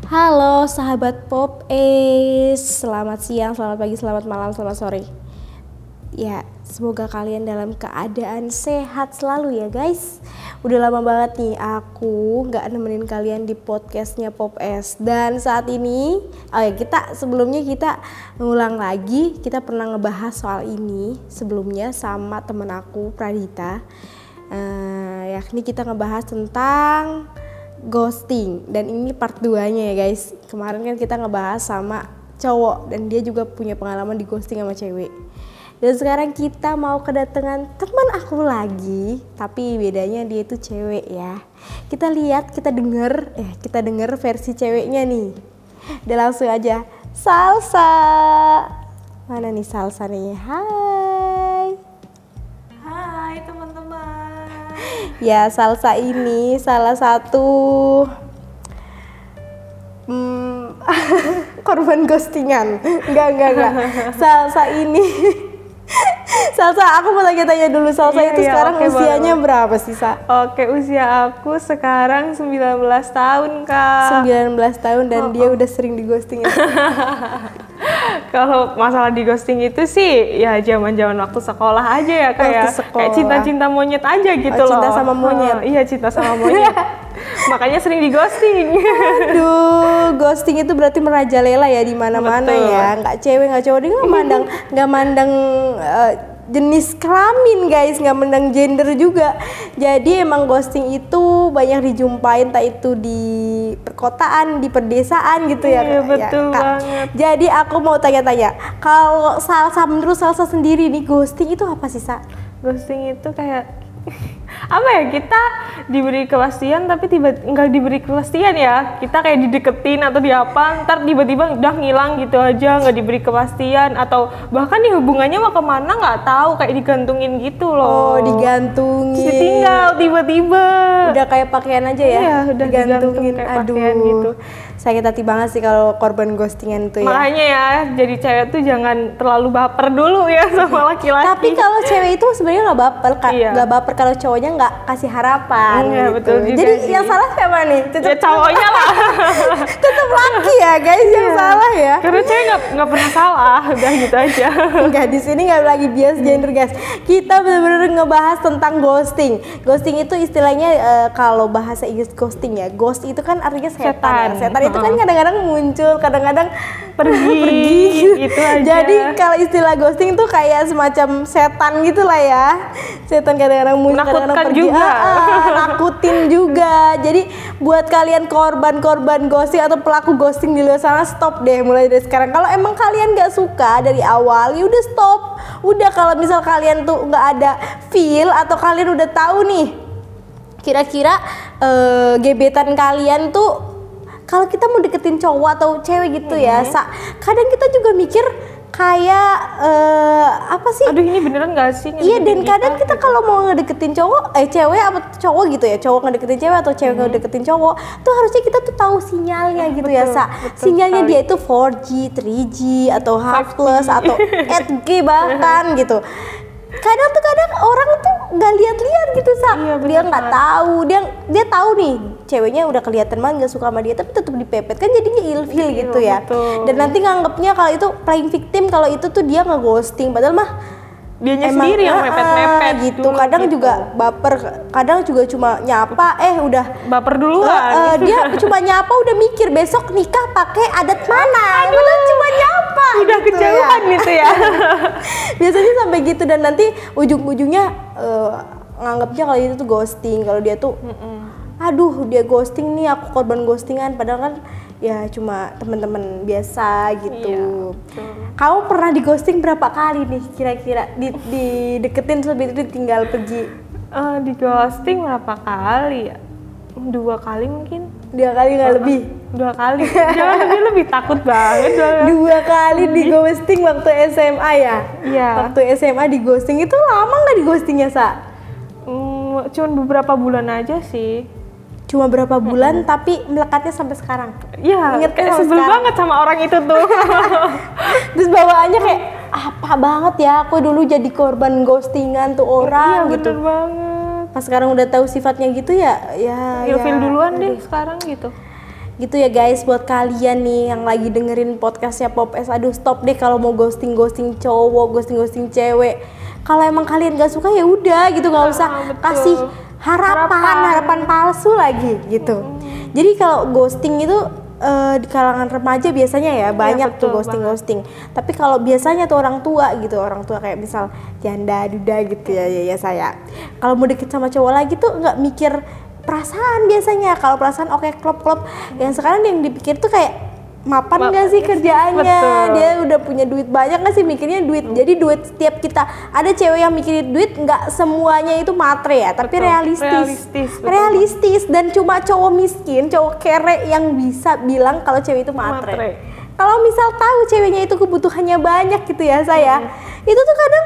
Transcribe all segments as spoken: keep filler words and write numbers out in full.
Halo sahabat Pop Es, selamat siang, selamat pagi, selamat malam, selamat sore. Ya, semoga kalian dalam keadaan sehat selalu ya guys. Udah lama banget nih aku nggak nemenin kalian di podcastnya Pop Es. Dan saat ini, oh ya kita sebelumnya kita ngulang lagi, kita pernah ngebahas soal ini sebelumnya sama temen aku Pradita. Uh, yakni kita ngebahas tentang ghosting, dan ini part dua nya ya guys. Kemarin kan kita ngebahas sama cowok dan dia juga punya pengalaman di ghosting sama cewek. Dan sekarang kita mau kedatangan teman aku lagi, tapi bedanya dia itu cewek ya. Kita lihat, kita denger, eh kita denger versi ceweknya nih. Udah langsung aja, Salsa. Mana nih Salsa nih? Hai. Hai teman-teman. Ya, Salsa ini salah satu hmm, korban ghostingan. Enggak, enggak, enggak. Salsa ini Salsa, aku mau tanya-tanya dulu, Salsa iya, itu iya, sekarang okay, usianya boleh. Berapa sih, Sa? Oke, usia aku sekarang sembilan belas tahun, Kak. sembilan belas tahun dan oh, dia oh. udah sering di ghosting ya? Kalau masalah di ghosting itu sih ya zaman-zaman waktu sekolah aja ya, kayak kayak cinta-cinta monyet aja gitu oh, loh. Cinta sama monyet. Oh, iya, cinta sama monyet. Makanya sering di ghosting. Aduh, ghosting itu berarti merajalela ya di mana-mana ya. Nggak cewek, nggak cowok, dia nggak mandang, nggak mandang uh, jenis kelamin guys, nggak mandang gender juga. Jadi emang ghosting itu banyak dijumpain, tak itu di perkotaan, di pedesaan gitu ya. Iya, betul ya, banget. Jadi aku mau tanya-tanya, kalau Salsa, menurut Salsa sendiri nih, ghosting itu apa sih, Sa? Ghosting itu kayak apa ya, kita diberi kepastian tapi tiba nggak diberi kepastian ya, kita kayak dideketin atau di apa, ntar tiba-tiba udah ngilang gitu aja, nggak diberi kepastian, atau bahkan nih hubungannya mau kemana nggak tahu, kayak digantungin gitu loh. Oh, digantungin, ditinggal tiba-tiba, udah kayak pakaian aja ya. Iya, udah digantungin kayak aduh pakaian gitu. Sakit hati banget sih kalau korban ghostingan itu ya. Makanya ya, jadi cewek tuh jangan terlalu baper dulu ya sama laki-laki. Tapi kalau cewek itu sebenarnya nggak baper, nggak iya. baper kalau cowoknya nggak kasih harapan. Iya, gitu. betul juga. Jadi sih. yang salah siapa nih? Tetep, ya cowoknya lah. Tetap laki ya guys yang iya. salah ya. Karena cewek nggak nggak pernah salah, udah gitu aja. Enggak, di sini nggak lagi bias gender guys. Kita benar-benar ngebahas tentang ghosting. Ghosting itu istilahnya uh, kalau bahasa Inggris ghosting ya. Ghost itu kan artinya setan. Setan, ya. Setan itu kan kadang-kadang muncul, kadang-kadang pergi, pergi gitu aja. Jadi kalau istilah ghosting tuh kayak semacam setan gitu lah ya. Setan kadang-kadang muncul, kadang-kadang pergi. Juga. Ah, ah, nakutin juga. Jadi buat kalian korban-korban ghosting atau pelaku ghosting di luar sana, stop deh mulai dari sekarang. Kalau emang kalian nggak suka dari awal, ya udah stop. Udah, kalau misal kalian tuh nggak ada feel atau kalian udah tahu nih kira-kira uh, gebetan kalian tuh, kalau kita mau deketin cowok atau cewek gitu ya, mm-hmm. sa- kadang kita juga mikir kayak uh, apa sih? Aduh, ini beneran gak sih? Iya, dan kadang kita, kita gitu. Kalau mau ngedeketin cowok, eh cewek apa cowok gitu ya, cowok ngedeketin cewek atau cewek mm-hmm. ngedeketin cowok, tuh harusnya kita tuh tahu sinyalnya gitu betul, ya, sa. Sinyalnya sekali. Dia itu four G, three G atau H plus atau eight G bahkan gitu. Kadang tuh kadang orang tuh nggak lihat-lihat gitu, sa. Iya, dia nggak tahu, dia dia tahu nih ceweknya udah kelihatan banget nggak suka sama dia, tapi tetap dipepet kan, jadinya ilfil iya, gitu ya. Betul. Dan nanti nganggapnya kalau itu playing victim, kalau itu tuh dia nge-ghosting, padahal mah dianya sendiri yang mepet-mepet gitu. Kadang gitu. Juga baper, kadang juga cuma nyapa, eh udah baper duluan. Uh, uh, dia cuma nyapa udah mikir besok nikah pakai adat mana, padahal cuma nyapa. Udah gitu kejauhan ya. Gitu ya. Biasanya sampai gitu, dan nanti ujung-ujungnya uh, nganggapnya kalau itu tuh ghosting, kalau dia tuh mm-mm. aduh dia ghosting nih, aku korban ghostingan, padahal kan ya cuma teman-teman biasa gitu. Iya, kamu pernah di ghosting berapa kali nih kira-kira? Di, di deketin terus itu tinggal pergi? Uh, di ghosting berapa kali ya? Dua kali mungkin. Dua kali nggak uh, lebih? Dua kali. Jangan lebih lebih takut banget. Dua kali di ghosting waktu S M A ya? Iya. Waktu S M A di ghosting itu lama nggak di ghostingnya, Sa? Hmm, cuma beberapa bulan aja sih. Cuma berapa bulan, mm-hmm. tapi melekatnya sampai sekarang. Iya, kayak sebel sekarang. Banget sama orang itu tuh. Terus bawaannya kayak, apa banget ya, aku dulu jadi korban ghostingan tuh orang. Iya, gitu. Bener banget. Pas sekarang udah tahu sifatnya gitu ya, ya. Ilfil ya, duluan aduh. deh sekarang gitu. Gitu ya guys, buat kalian nih yang lagi dengerin podcastnya Pop S, aduh stop deh kalau mau ghosting ghosting cowok, ghosting ghosting cewek. Kalau emang kalian gak suka ya udah gitu, nggak usah betul. kasih harapan harapan, harapan palsu lagi gitu. Hmm. Jadi kalau ghosting itu uh, di kalangan remaja biasanya ya banyak ya, tuh ghosting banget. ghosting. Tapi kalau biasanya tuh orang tua gitu, orang tua kayak misal janda duda gitu ya ya, ya saya. Kalau mau deket sama cowok lagi tuh nggak mikir perasaan biasanya. Kalau perasaan oke okay, klop-klop. Yang sekarang yang dipikir tuh kayak mapan Ma- gak sih kerjaannya? Betul. Dia udah punya duit banyak gak sih, mikirnya duit. Hmm. Jadi duit setiap kita, ada cewek yang mikirin duit nggak semuanya itu matre ya, tapi betul. realistis. Realistis, realistis dan cuma cowok miskin, cowok kere yang bisa bilang kalau cewek itu matre. matre. Kalau misal tahu ceweknya itu kebutuhannya banyak gitu ya saya, hmm. itu tuh kadang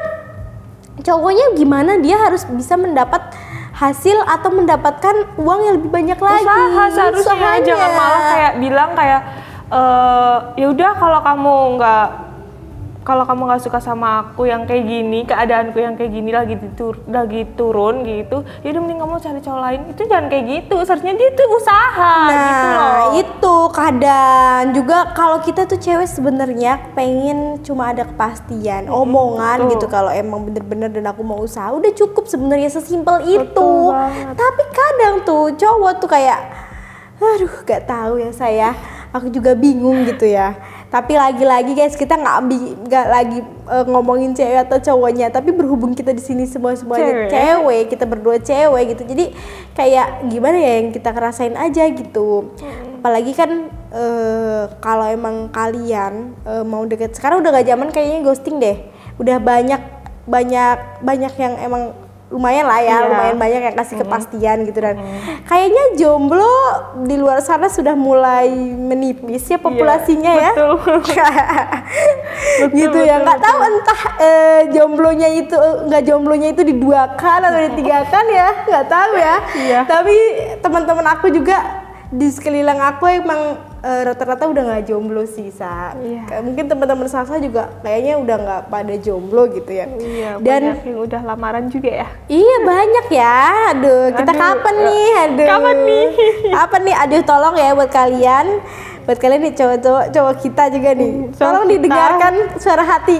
cowoknya gimana dia harus bisa mendapat hasil atau mendapatkan uang yang lebih banyak lagi. Usaha seharusnya. Usahanya. Jangan malah kayak bilang kayak uh, ya udah kalau kamu nggak kalau kamu nggak suka sama aku yang kayak gini, keadaanku yang kayak gini lagi ditur, lagi turun gitu, ya udah mending kamu cari cowok lain. Itu jangan kayak gitu, seharusnya dia tuh usaha nah, gitu loh. Itu kadang juga kalau kita tuh cewek sebenarnya pengen cuma ada kepastian, hmm, omongan betul. gitu kalau emang bener-bener dan aku mau usaha, udah cukup sebenarnya, sesimpel itu. Tapi kadang tuh cowok tuh kayak, aduh gak tahu ya saya, aku juga bingung gitu ya. Tapi lagi-lagi guys, kita nggak nggak lagi uh, ngomongin cewek atau cowoknya, tapi berhubung kita di sini semua semuanya cewek. cewek, kita berdua cewek gitu. Jadi kayak gimana ya yang kita ngerasain aja gitu. Hmm. Apalagi kan uh, kalau emang kalian uh, mau deket, sekarang udah gak zaman kayaknya ghosting deh. Udah banyak banyak banyak yang emang lumayan lah ya, yeah. lumayan banyak yang kasih mm-hmm. kepastian gitu dan mm-hmm. kayaknya jomblo di luar sana sudah mulai menipis ya populasinya yeah, ya. Betul. gitu betul, ya, nggak tahu entah eh, jomblonya itu nggak jomblonya itu diduakan atau ditigakan ya, nggak tahu ya. Yeah. Tapi teman-teman aku juga di sekeliling aku emang uh, rata-rata udah nggak jomblo sih, Sa. Iya. Mungkin teman-teman Salsa juga kayaknya udah nggak pada jomblo gitu ya. Iya, dan banyak yang udah lamaran juga ya. Iya banyak ya. Aduh, kita aduh, kapan uh, nih? Aduh. Kapan nih? Kapan nih? Aduh, tolong ya buat kalian. Buat kalian nih cowok-cowok cowok kita juga nih. Hmm, tolong kita. Didengarkan suara hati.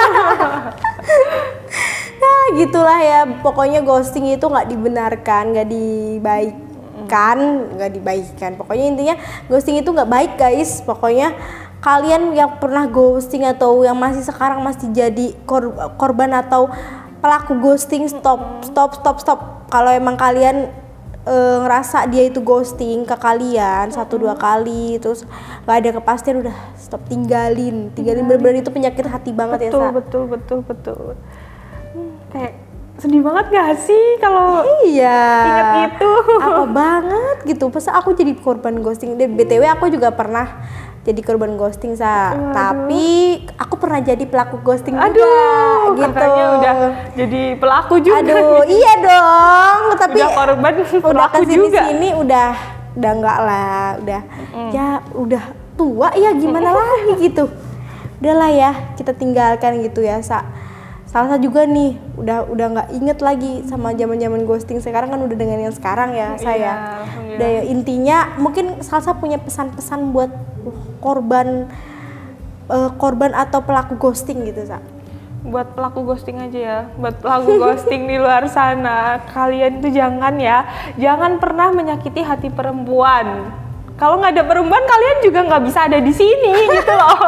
Nah, gitulah ya. Pokoknya ghosting itu nggak dibenarkan, nggak dibaik. kan nggak dibaikan. Pokoknya intinya ghosting itu nggak baik guys. Pokoknya kalian yang pernah ghosting atau yang masih sekarang masih jadi kor korban atau pelaku ghosting, stop stop stop stop. Kalau emang kalian e, ngerasa dia itu ghosting ke kalian satu dua kali terus nggak ada kepastian, udah stop, tinggalin tinggalin bener-bener. Itu penyakit hati banget. Betul, ya Sa. betul betul betul hmm, kayak sedih banget gak sih kalau iya inget itu. Apa banget gitu, masa aku jadi korban ghosting. Dan B T W aku juga pernah jadi korban ghosting, Sa. Aduh. Tapi aku pernah jadi pelaku ghosting Aduh, juga gitu. Katanya udah jadi pelaku juga. Aduh, iya dong. Tapi udah korban udah pelaku juga. Sini udah udah enggak lah, udah mm. ya udah tua ya gimana lagi gitu. Udahlah ya, kita tinggalkan gitu ya, Sa. Salsa juga nih udah udah nggak inget lagi sama zaman-zaman ghosting. Sekarang kan udah dengan yang sekarang ya saya. Iya, udah ya, intinya mungkin Salsa punya pesan-pesan buat korban uh, korban atau pelaku ghosting gitu, Sa. Buat pelaku ghosting aja ya, buat pelaku ghosting di luar sana, kalian tuh jangan ya, jangan pernah menyakiti hati perempuan. Kalau nggak ada perempuan, kalian juga nggak bisa ada di sini gitu loh.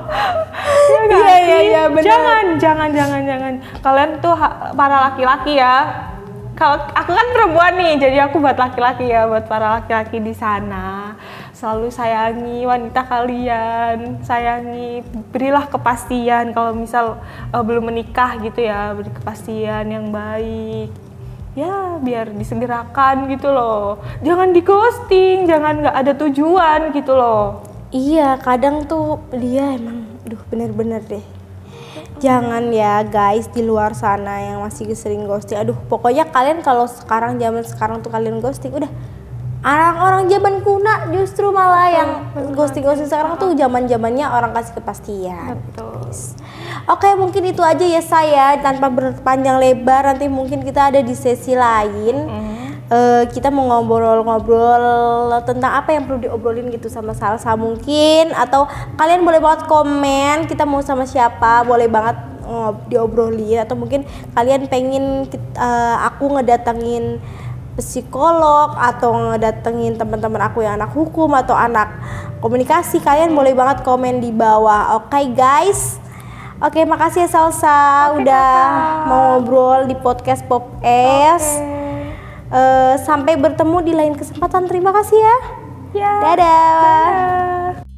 Ya gak iya, sih? Iya, iya, bener. Jangan, jangan, jangan, jangan. Kalian tuh para laki-laki ya. Kalau aku kan perempuan nih, jadi aku buat laki-laki ya, buat para laki-laki di sana. Selalu sayangi wanita kalian, sayangi, berilah kepastian. Kalau misal uh, belum menikah gitu ya, beri kepastian yang baik. Ya biar disegerakan gitu loh, jangan di ghosting, jangan nggak ada tujuan gitu loh. Iya, kadang tuh dia emang duh bener-bener deh, jangan ya guys di luar sana yang masih sering ghosting. Aduh pokoknya kalian kalau sekarang zaman sekarang tuh kalian ghosting, udah orang-orang zaman kuna justru malah yang ghosting-ghosting sekarang tuh zaman-zamannya orang kasih kepastian. Betul. Oke, mungkin itu aja ya saya, tanpa berpanjang lebar. Nanti mungkin kita ada di sesi lain. Mm. uh, kita mau ngobrol-ngobrol tentang apa yang perlu diobrolin gitu sama Salsa mungkin, atau kalian boleh banget komen kita mau sama siapa, boleh banget uh, diobrolin, atau mungkin kalian pengen uh, aku ngedatengin psikolog atau ngedatengin teman-teman aku yang anak hukum atau anak komunikasi, kalian boleh banget komen di bawah. Oke okay, guys. Oke, okay, makasih ya Salsa okay, udah kakak. Mau ngobrol di podcast Pop Es. Okay. Uh, sampai bertemu di lain kesempatan. Terima kasih ya. Ya. Dadah. Dadah.